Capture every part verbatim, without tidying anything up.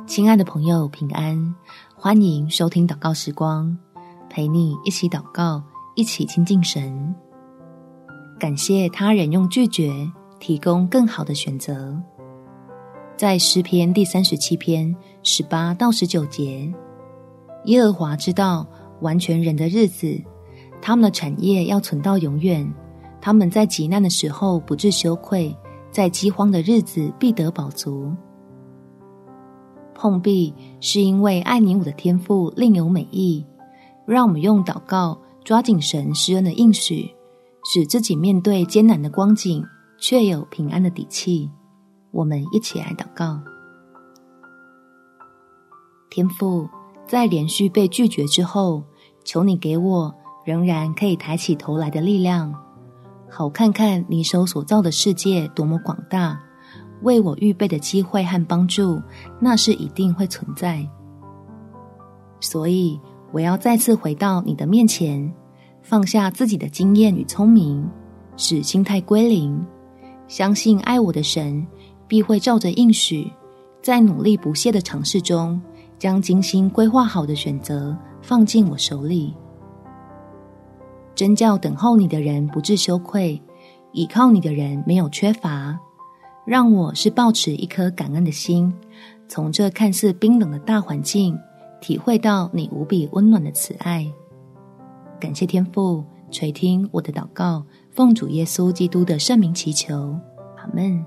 亲爱的朋友，平安，欢迎收听祷告时光，陪你一起祷告，一起亲近神。感谢他人用拒绝提供更好的选择。在诗篇第三十七篇十八到十九节，耶和华知道完全人的日子，他们的产业要存到永远，他们在急难的时候不致羞愧，在饥荒的日子必得饱足。碰壁是因为爱你我的天父另有美意，让我们用祷告抓紧神施恩的应许，使自己面对艰难的光景却有平安的底气。我们一起来祷告。天父，在连续被拒绝之后，求你给我仍然可以抬起头来的力量，好看看你手所造的世界多么广大，为我预备的机会和帮助，那是一定会存在。所以我要再次回到你的面前，放下自己的经验与聪明，使心态归零，相信爱我的神必会照着应许，在努力不懈的尝试中，将精心规划好的选择放进我手里。真叫等候你的人不致羞愧，倚靠你的人没有缺乏。让我是抱持一颗感恩的心，从这看似冰冷的大环境，体会到你无比温暖的慈爱。感谢天父垂听我的祷告，奉主耶稣基督的圣名祈求，阿们。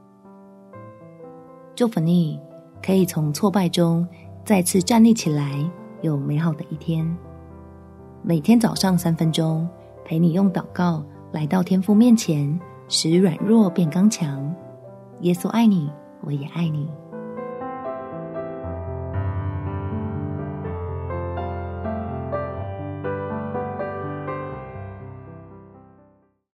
祝福你可以从挫败中再次站立起来，有美好的一天。每天早上三分钟，陪你用祷告来到天父面前，使软弱变刚强。耶稣爱你，我也爱你。